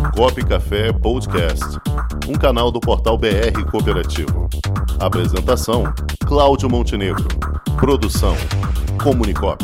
Comunicop Café Podcast, um canal do portal BR Cooperativo. Apresentação: Cláudio Montenegro. Produção: Comunicop.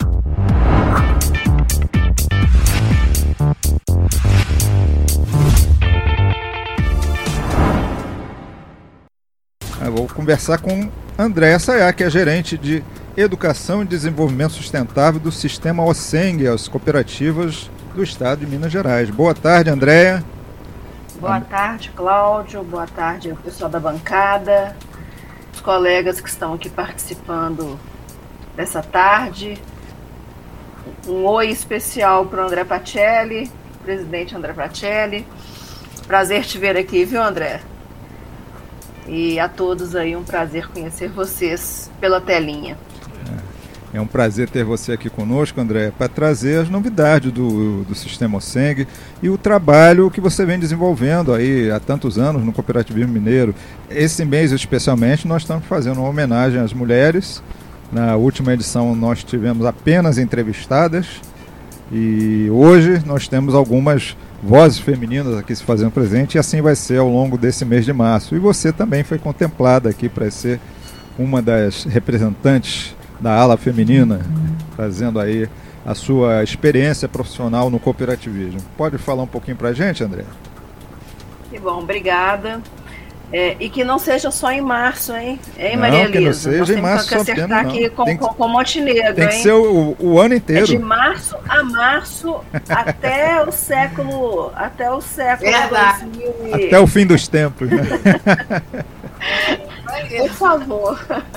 Eu vou conversar com Andréa Sayá, que é gerente de Educação e Desenvolvimento Sustentável do Sistema OSENG, as cooperativas do Estado de Minas Gerais. Boa tarde, Andréa. Boa tarde, Cláudio. Boa tarde ao pessoal da bancada, os colegas que estão aqui participando dessa tarde. Um oi especial para o André Pacelli, presidente André Pacelli. Prazer te ver aqui, viu, André? E a todos aí, um prazer conhecer vocês pela telinha. É um prazer ter você aqui conosco, André, para trazer as novidades do Sistema OSENG e o trabalho que você vem desenvolvendo aí há tantos anos no cooperativismo mineiro. Esse mês, especialmente, nós estamos fazendo uma homenagem às mulheres. Na última edição nós tivemos apenas entrevistadas e hoje nós temos algumas vozes femininas aqui se fazendo presente, e assim vai ser ao longo desse mês de março. E você também foi contemplada aqui para ser uma das representantes da ala feminina, trazendo aí a sua experiência profissional no cooperativismo. Pode falar um pouquinho para a gente, André? Que bom, obrigada. E que não seja só em março, hein, Maria Elisa? Que não seja em março, só acertar aqui com Montenegro, tem que ser o ano inteiro. De março a março até o século, Até o fim dos tempos, né? Por favor.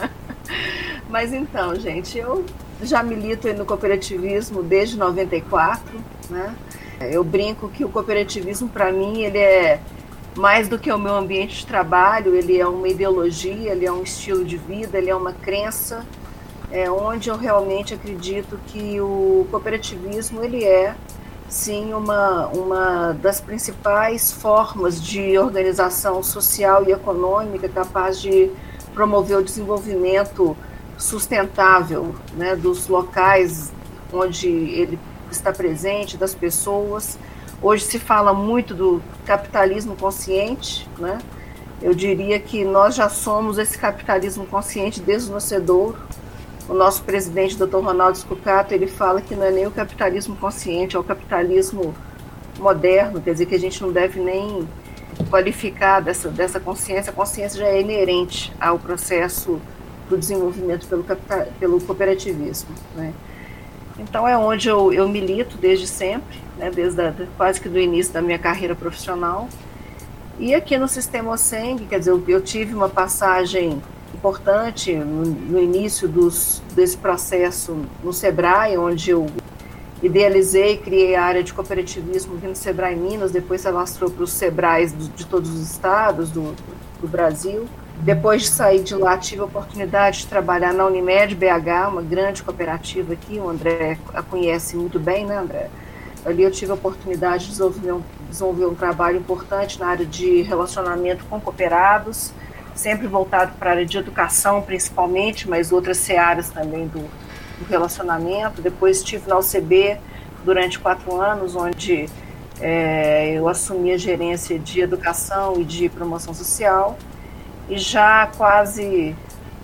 Mas então, gente, eu já milito no cooperativismo desde 94, né? Eu brinco que o cooperativismo, para mim, ele é mais do que o meu ambiente de trabalho, ele é uma ideologia, ele é um estilo de vida, ele é uma crença, onde eu realmente acredito que o cooperativismo, ele é, sim, uma das principais formas de organização social e econômica capaz de promover o desenvolvimento sustentável, né, dos locais onde ele está presente, das pessoas. Hoje se fala muito do capitalismo consciente, né? Eu diria que nós já somos esse capitalismo consciente desde o nascedouro. O nosso presidente, Dr. Ronaldo Scucato, ele fala que não é nem o capitalismo consciente, é o capitalismo moderno, quer dizer que a gente não deve nem qualificar dessa consciência. A consciência já é inerente ao processo do desenvolvimento pelo cooperativismo, né? Então é onde eu milito desde sempre, né, desde quase que do início da minha carreira profissional. E aqui no Sistema OSENG, quer dizer, eu tive uma passagem importante no início desse processo no SEBRAE, onde eu idealizei e criei a área de cooperativismo aqui no SEBRAE Minas, depois se alastrou para os SEBRAEs de todos os estados do Brasil. Depois de sair de lá, tive a oportunidade de trabalhar na Unimed BH, uma grande cooperativa aqui, o André a conhece muito bem, né, André? Ali eu tive a oportunidade de desenvolver um trabalho importante na área de relacionamento com cooperados, sempre voltado para a área de educação, principalmente, mas outras searas também do relacionamento. Depois estive na UCB durante 4 anos, onde eu assumi a gerência de educação e de promoção social. E já há quase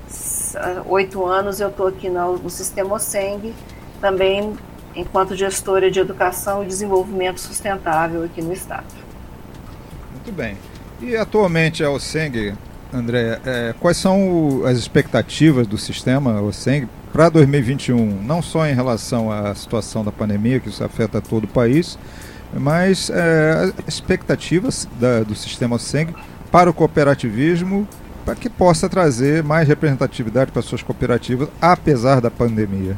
8 anos eu estou aqui no Sistema OSENG, também enquanto gestora de educação e desenvolvimento sustentável aqui no estado. Muito bem. E atualmente a OSENG, André, quais são as expectativas do Sistema OSENG para 2021, não só em relação à situação da pandemia, que isso afeta todo o país, mas as expectativas do Sistema OSENG para o cooperativismo, para que possa trazer mais representatividade para suas cooperativas, apesar da pandemia?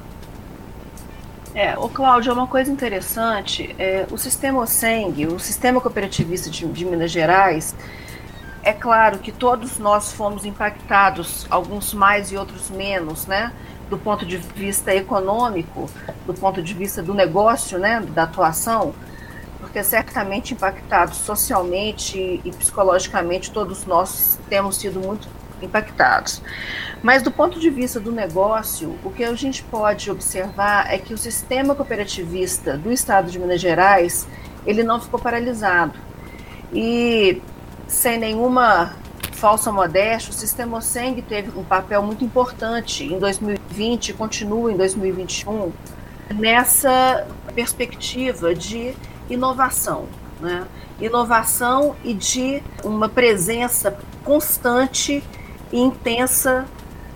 Cláudio, é uma coisa interessante, o Sistema OSENG, o Sistema Cooperativista de Minas Gerais, é claro que todos nós fomos impactados, alguns mais e outros menos, né, do ponto de vista econômico, do ponto de vista do negócio, né, da atuação, porque certamente impactados socialmente e psicologicamente, todos nós temos sido muito impactados. Mas do ponto de vista do negócio, o que a gente pode observar é que o sistema cooperativista do estado de Minas Gerais, ele não ficou paralisado. E, sem nenhuma falsa modéstia, o Sistema OSENG teve um papel muito importante em 2020 e continua em 2021 nessa perspectiva de inovação, né? Inovação e de uma presença constante e intensa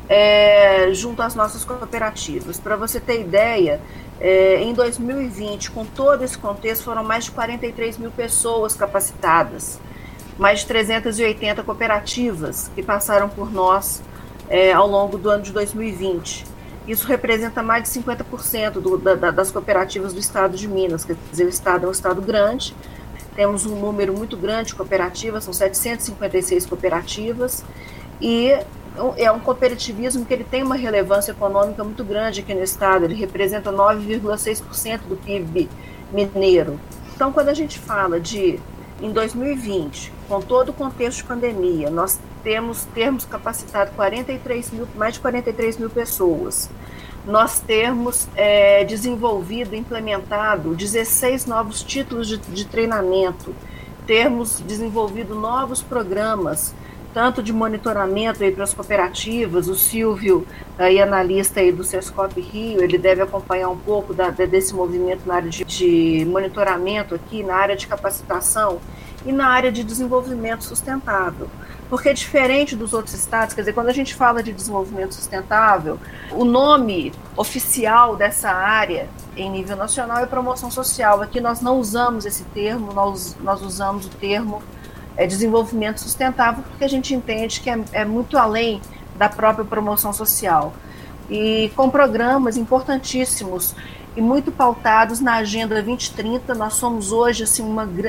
junto às nossas cooperativas. Para você ter ideia, em 2020, com todo esse contexto, foram mais de 43 mil pessoas capacitadas, mais de 380 cooperativas que passaram por nós ao longo do ano de 2020. Isso representa mais de 50% das cooperativas do estado de Minas, quer dizer, o estado é um estado grande, temos um número muito grande de cooperativas, são 756 cooperativas, e é um cooperativismo que ele tem uma relevância econômica muito grande aqui no estado, ele representa 9,6% do PIB mineiro. Então, quando a gente fala em 2020, com todo o contexto de pandemia, nós termos capacitado mais de 43 mil pessoas, nós termos desenvolvido, implementado 16 novos títulos de treinamento, termos desenvolvido novos programas, tanto de monitoramento para as cooperativas. O Silvio, analista do Sescop Rio, ele deve acompanhar um pouco desse movimento na área de monitoramento aqui, na área de capacitação e na área de desenvolvimento sustentável. Porque diferente dos outros estados, quer dizer, quando a gente fala de desenvolvimento sustentável, o nome oficial dessa área em nível nacional é promoção social. Aqui nós não usamos esse termo, nós usamos o termo desenvolvimento sustentável, porque a gente entende que é muito além da própria promoção social. E com programas importantíssimos e muito pautados na Agenda 2030, nós somos hoje assim,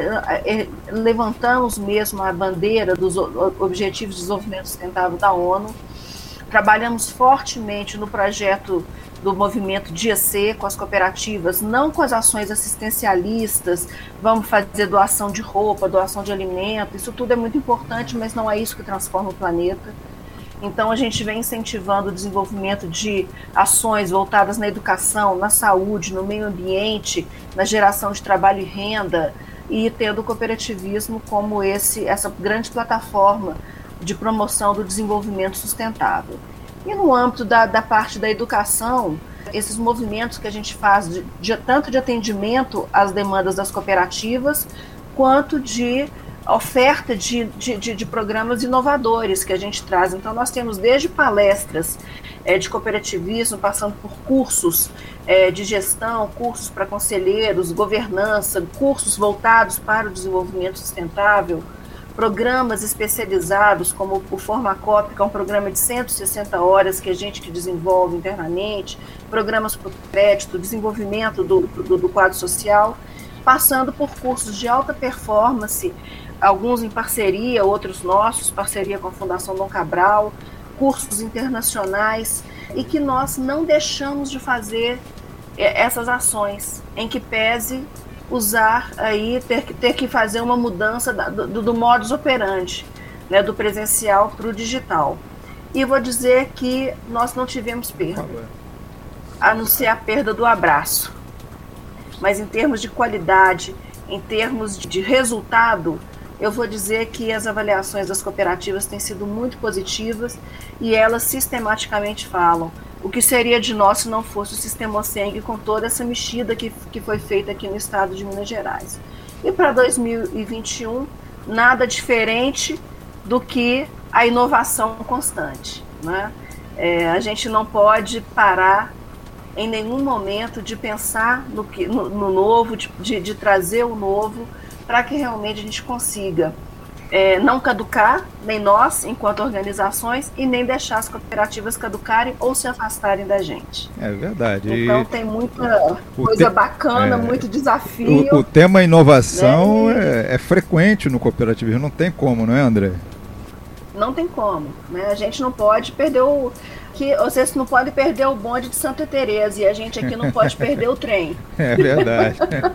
levantamos mesmo a bandeira dos Objetivos de Desenvolvimento Sustentável da ONU, trabalhamos fortemente no projeto do movimento Dia C com as cooperativas, não com as ações assistencialistas, vamos fazer doação de roupa, doação de alimento, isso tudo é muito importante, mas não é isso que transforma o planeta. Então a gente vem incentivando o desenvolvimento de ações voltadas na educação, na saúde, no meio ambiente, na geração de trabalho e renda, e tendo o cooperativismo como essa grande plataforma de promoção do desenvolvimento sustentável. E no âmbito da parte da educação, esses movimentos que a gente faz tanto de atendimento às demandas das cooperativas, quanto de oferta de programas inovadores que a gente traz. Então nós temos desde palestras de cooperativismo, passando por cursos de gestão, cursos para conselheiros, governança, cursos voltados para o desenvolvimento sustentável, programas especializados como o Formacop, que é um programa de 160 horas que a gente desenvolve internamente, programas para o crédito, desenvolvimento do quadro social, passando por cursos de alta performance, alguns em parceria, outros nossos, parceria com a Fundação Dom Cabral, cursos internacionais, e que nós não deixamos de fazer essas ações, em que pese usar aí, ter que fazer uma mudança do modus operandi, né, do presencial para o digital. E vou dizer que nós não tivemos perda, a não ser a perda do abraço. Mas em termos de qualidade, em termos de resultado, eu vou dizer que as avaliações das cooperativas têm sido muito positivas e elas sistematicamente falam o que seria de nós se não fosse o Sistema OSENG com toda essa mexida que foi feita aqui no estado de Minas Gerais. E para 2021, nada diferente do que a inovação constante, né? A gente não pode parar em nenhum momento de pensar no novo, de trazer o novo, para que realmente a gente consiga não caducar, nem nós, enquanto organizações, e nem deixar as cooperativas caducarem ou se afastarem da gente. É verdade. Então tem muita coisa bacana, muito desafio. O tema inovação, né? É frequente no cooperativismo, não tem como, não é, André? Não tem como, né? A gente não pode perder vocês não podem perder o bonde de Santa Teresa, e a gente aqui não pode perder o trem. É verdade.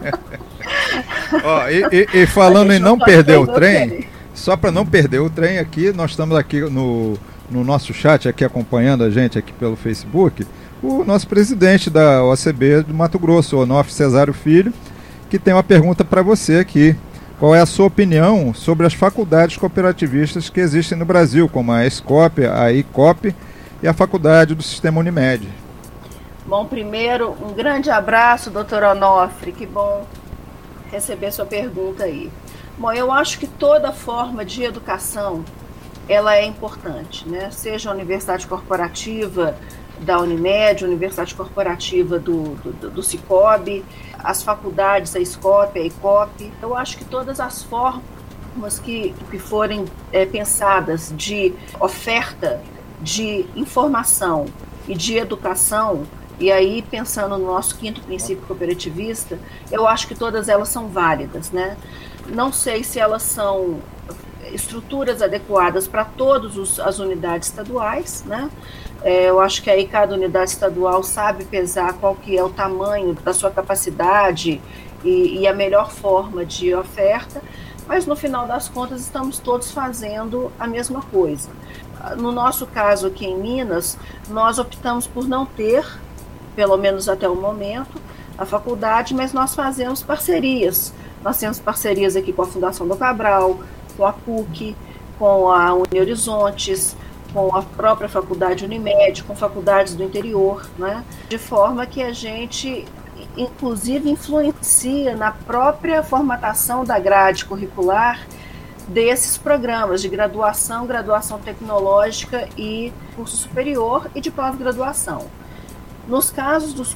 E falando em não perder o trem, só para não perder o trem aqui, nós estamos aqui no nosso chat, aqui acompanhando a gente aqui pelo Facebook, o nosso presidente da OCB do Mato Grosso, o Onofre Cesário Filho, que tem uma pergunta para você aqui. Qual é a sua opinião sobre as faculdades cooperativistas que existem no Brasil, como a Escop, a ICOP e a faculdade do Sistema Unimed? Bom, primeiro, um grande abraço, doutor Onofre, que bom receber sua pergunta aí. Bom, eu acho que toda forma de educação, ela é importante, né? Seja a universidade corporativa da Unimed, a universidade corporativa do Cicobi, as faculdades, a Escop, a ICOP. Eu acho que todas as formas que forem pensadas de oferta de informação e de educação, e aí pensando no nosso 5º princípio cooperativista, eu acho que todas elas são válidas, né? Não sei se elas são estruturas adequadas para todas as unidades estaduais, né? Eu acho que aí cada unidade estadual sabe pesar qual que é o tamanho da sua capacidade e a melhor forma de oferta, mas no final das contas estamos todos fazendo a mesma coisa. No nosso caso aqui em Minas, nós optamos por não ter, pelo menos até o momento, a faculdade, mas nós fazemos parcerias. Nós temos parcerias aqui com a Fundação do Cabral, com a PUC, com a Unihorizontes, com a própria faculdade Unimed, com faculdades do interior, né? De forma que a gente, inclusive, influencia na própria formatação da grade curricular desses programas de graduação, graduação tecnológica e curso superior e de pós-graduação. No caso dos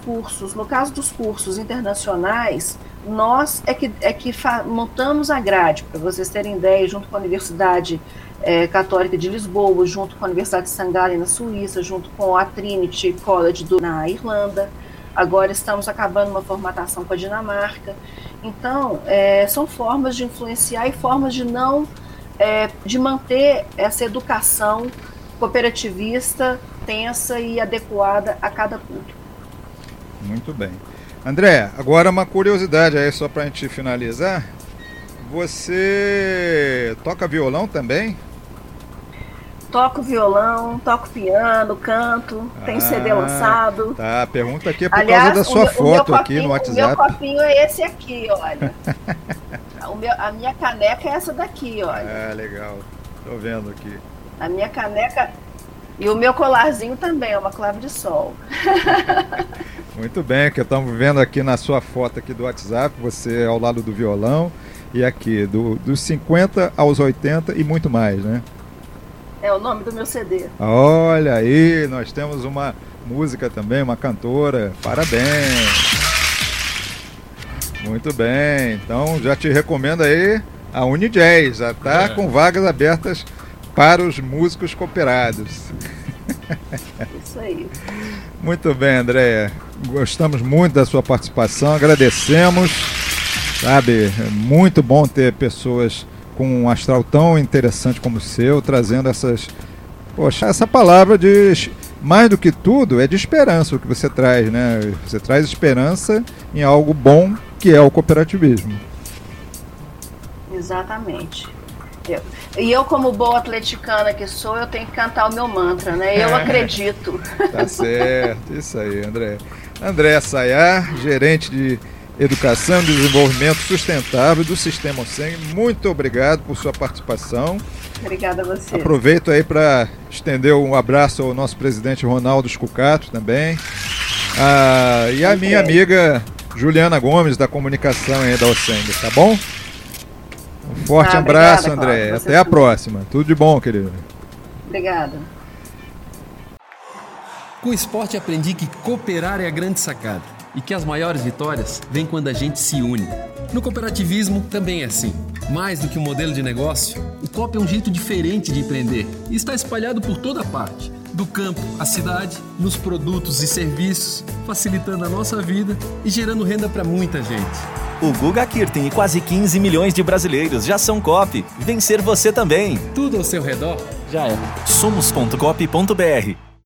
cursos internacionais, nós é que montamos a grade, para vocês terem ideia, junto com a Universidade Católica de Lisboa, junto com a Universidade de St. Gallen na Suíça, junto com a Trinity College na Irlanda. Agora estamos acabando uma formatação com a Dinamarca. Então, são formas de influenciar e formas de manter essa educação cooperativista tensa e adequada a cada público. Muito bem. André, agora uma curiosidade aí só para a gente finalizar. Você toca violão também? Toco violão, toco piano, canto, tem CD lançado. Tá, a pergunta aqui é por causa da sua foto aqui no WhatsApp. O meu copinho é esse aqui, olha. A minha caneca é essa daqui, olha. Ah, legal. Tô vendo aqui. A minha caneca e o meu colarzinho também, é uma clave de sol. Muito bem, que estamos vendo aqui na sua foto aqui do WhatsApp, você ao lado do violão e aqui dos 50 aos 80 e muito mais, né? É o nome do meu CD. Olha aí, nós temos uma música também, uma cantora. Parabéns! Muito bem, então já te recomendo aí a Unijazz, já está com vagas abertas para os músicos cooperados. Isso aí. Muito bem, Andréia. Gostamos muito da sua participação, agradecemos. Sabe, é muito bom ter pessoas com um astral tão interessante como o seu, trazendo essa palavra de, mais do que tudo, é de esperança o que você traz, né? Você traz esperança em algo bom que é o cooperativismo. Exatamente. Eu, como boa atleticana que sou, eu tenho que cantar o meu mantra, né? Eu acredito. Tá certo, isso aí, André. André Sayar, gerente de Educação e Desenvolvimento Sustentável do Sistema OSENG, muito obrigado por sua participação. Obrigada a você. Aproveito aí para estender um abraço ao nosso presidente Ronaldo Scucato também. E a minha amiga Juliana Gomes, da comunicação aí da OSENG, tá bom? Um forte abraço, obrigada, André. Até a próxima. Tudo de bom, querido. Obrigada. Com o esporte aprendi que cooperar é a grande sacada e que as maiores vitórias vêm quando a gente se une. No cooperativismo também é assim. Mais do que um modelo de negócio, o COP é um jeito diferente de empreender e está espalhado por toda parte, do campo à cidade, nos produtos e serviços, facilitando a nossa vida e gerando renda para muita gente. O Guga Kirten e quase 15 milhões de brasileiros já são COP. Vencer você também. Tudo ao seu redor já é. Somos.coop.br